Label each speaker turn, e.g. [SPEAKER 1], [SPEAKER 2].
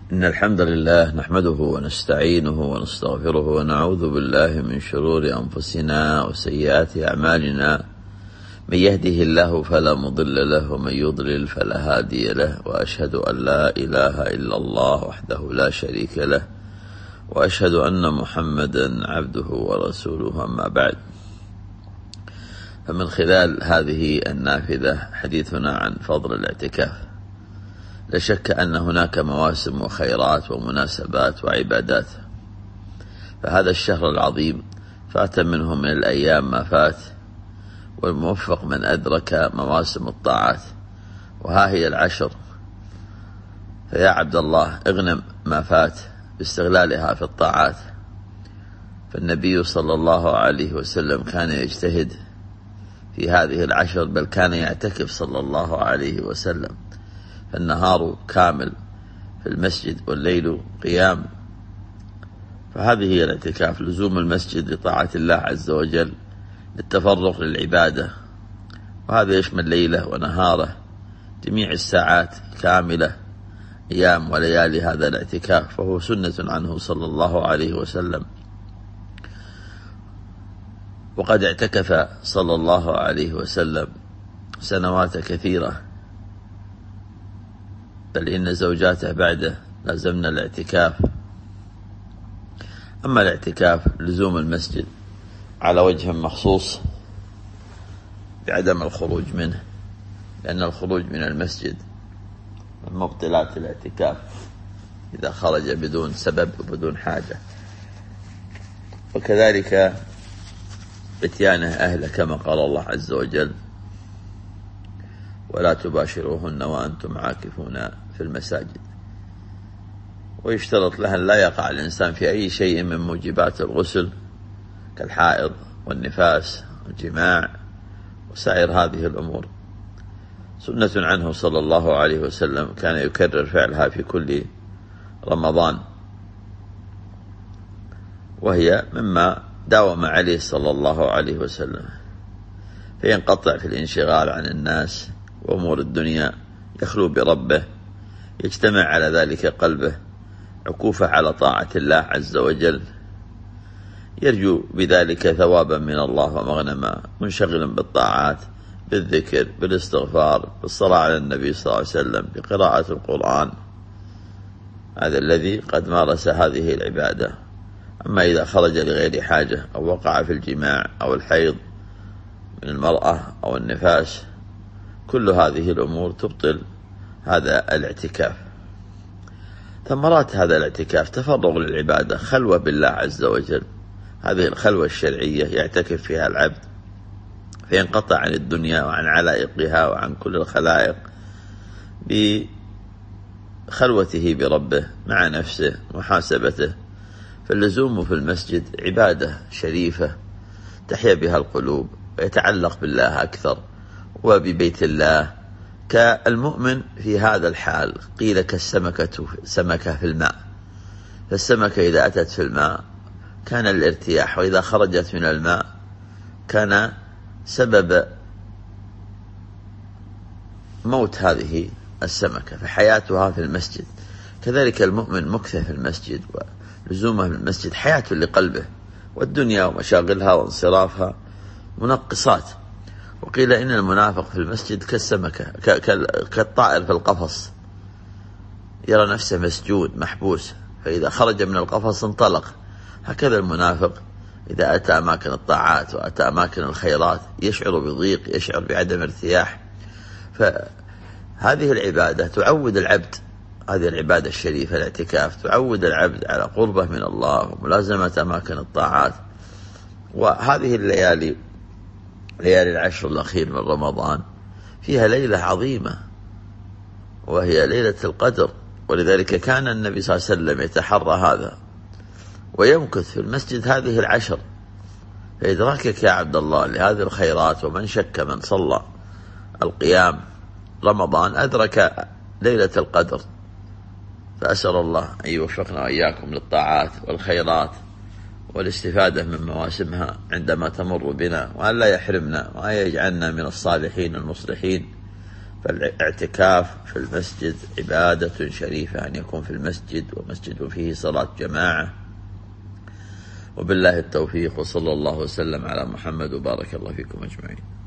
[SPEAKER 1] إن الحمد لله نحمده ونستعينه ونستغفره ونعوذ بالله من شرور أنفسنا وسيئات أعمالنا. من يهده الله فلا مضل له ومن يضلل فلا هادي له، وأشهد أن لا إله إلا الله وحده لا شريك له، وأشهد أن محمدا عبده ورسوله. أما بعد، فمن خلال هذه النافذة حديثنا عن فضل الاعتكاف. لا شك أن هناك مواسم وخيرات ومناسبات وعبادات، فهذا الشهر العظيم فات منه من الأيام ما فات، والموفق من أدرك مواسم الطاعات، وها هي العشر. فيا عبد الله، اغنم ما فات باستغلالها في الطاعات. فالنبي صلى الله عليه وسلم كان يجتهد في هذه العشر، بل كان يعتكف صلى الله عليه وسلم، فالنهار كامل في المسجد والليل قيام. فهذه هي الاعتكاف، لزوم المسجد لطاعة الله عز وجل، للتفرغ للعبادة، وهذا يشمل ليله ونهاره، جميع الساعات كاملة، أيام وليالي هذا الاعتكاف، فهو سنة عنه صلى الله عليه وسلم. وقد اعتكف صلى الله عليه وسلم سنوات كثيرة، بل إن زوجاته بعده لازمنا الاعتكاف. أما الاعتكاف لزوم المسجد على وجه مخصوص بعدم الخروج منه، لأن الخروج من المسجد من مبطلات الاعتكاف إذا خرج بدون سبب وبدون حاجة، وكذلك اتيانه أهله، كما قال الله عز وجل: ولا تباشروهن وأنتم عاكفون في المساجد. ويشترط لها لا يقع الإنسان في أي شيء من موجبات الغسل كالحائض والنفاس والجماع وسائر هذه الأمور. سنة عنه صلى الله عليه وسلم كان يكرر فعلها في كل رمضان، وهي مما داوم عليه صلى الله عليه وسلم، فينقطع في الانشغال عن الناس وأمور الدنيا، يخلو بربه، يجتمع على ذلك قلبه، عكوفه على طاعة الله عز وجل، يرجو بذلك ثوابا من الله ومغنما، منشغل بالطاعات، بالذكر، بالاستغفار، بالصلاة على النبي صلى الله عليه وسلم، بقراءة القرآن. هذا الذي قد مارس هذه العبادة. أما إذا خرج لغير حاجة أو وقع في الجماع أو الحيض من المرأة أو النفاس، كل هذه الأمور تبطل هذا الاعتكاف. ثمرات هذا الاعتكاف: تفرغ للعبادة، خلوة بالله عز وجل، هذه الخلوة الشرعية يعتكف فيها العبد، فينقطع عن الدنيا وعن علائقها وعن كل الخلائق بخلوته بربه مع نفسه محاسبته. فاللزوم في المسجد عبادة شريفة تحيا بها القلوب ويتعلق بالله أكثر وببيت الله، كالمؤمن في هذا الحال قيل كالسمكة في الماء. فالسمكة إذا أتت في الماء كان الارتياح، وإذا خرجت من الماء كان سبب موت هذه السمكة، فحياتها في المسجد. كذلك المؤمن مكث في المسجد، ولزومه في المسجد حياة لقلبه، والدنيا ومشاغلها وانصرافها منقصات. وقيل إن المنافق في المسجد كالسمكة، كالطائر في القفص، يرى نفسه مسجون محبوس، فإذا خرج من القفص انطلق. هكذا المنافق إذا أتى أماكن الطاعات وأتى أماكن الخيرات يشعر بضيق، يشعر بعدم ارتياح. فهذه العبادة تعود العبد، هذه العبادة الشريفة الاعتكاف تعود العبد على قربه من الله وملازمة أماكن الطاعات. وهذه الليالي، ليالي العشر الأخير من رمضان، فيها ليلة عظيمة وهي ليلة القدر، ولذلك كان النبي صلى الله عليه وسلم يتحرى هذا ويمكث في المسجد هذه العشر. فإدراكك يا عبد الله لهذه الخيرات، ومن شك من صلى القيام رمضان أدرك ليلة القدر. فأسأل الله أن يوفقنا وإياكم للطاعات والخيرات والاستفادة من مواسمها عندما تمر بنا، وأن لا يحرمنا، وأن يجعلنا من الصالحين المصلحين. فالاعتكاف في المسجد عبادة شريفة، أن يكون في المسجد ومسجد فيه صلاة جماعة. وبالله التوفيق، وصلى الله وسلم على محمد، وبارك الله فيكم أجمعين.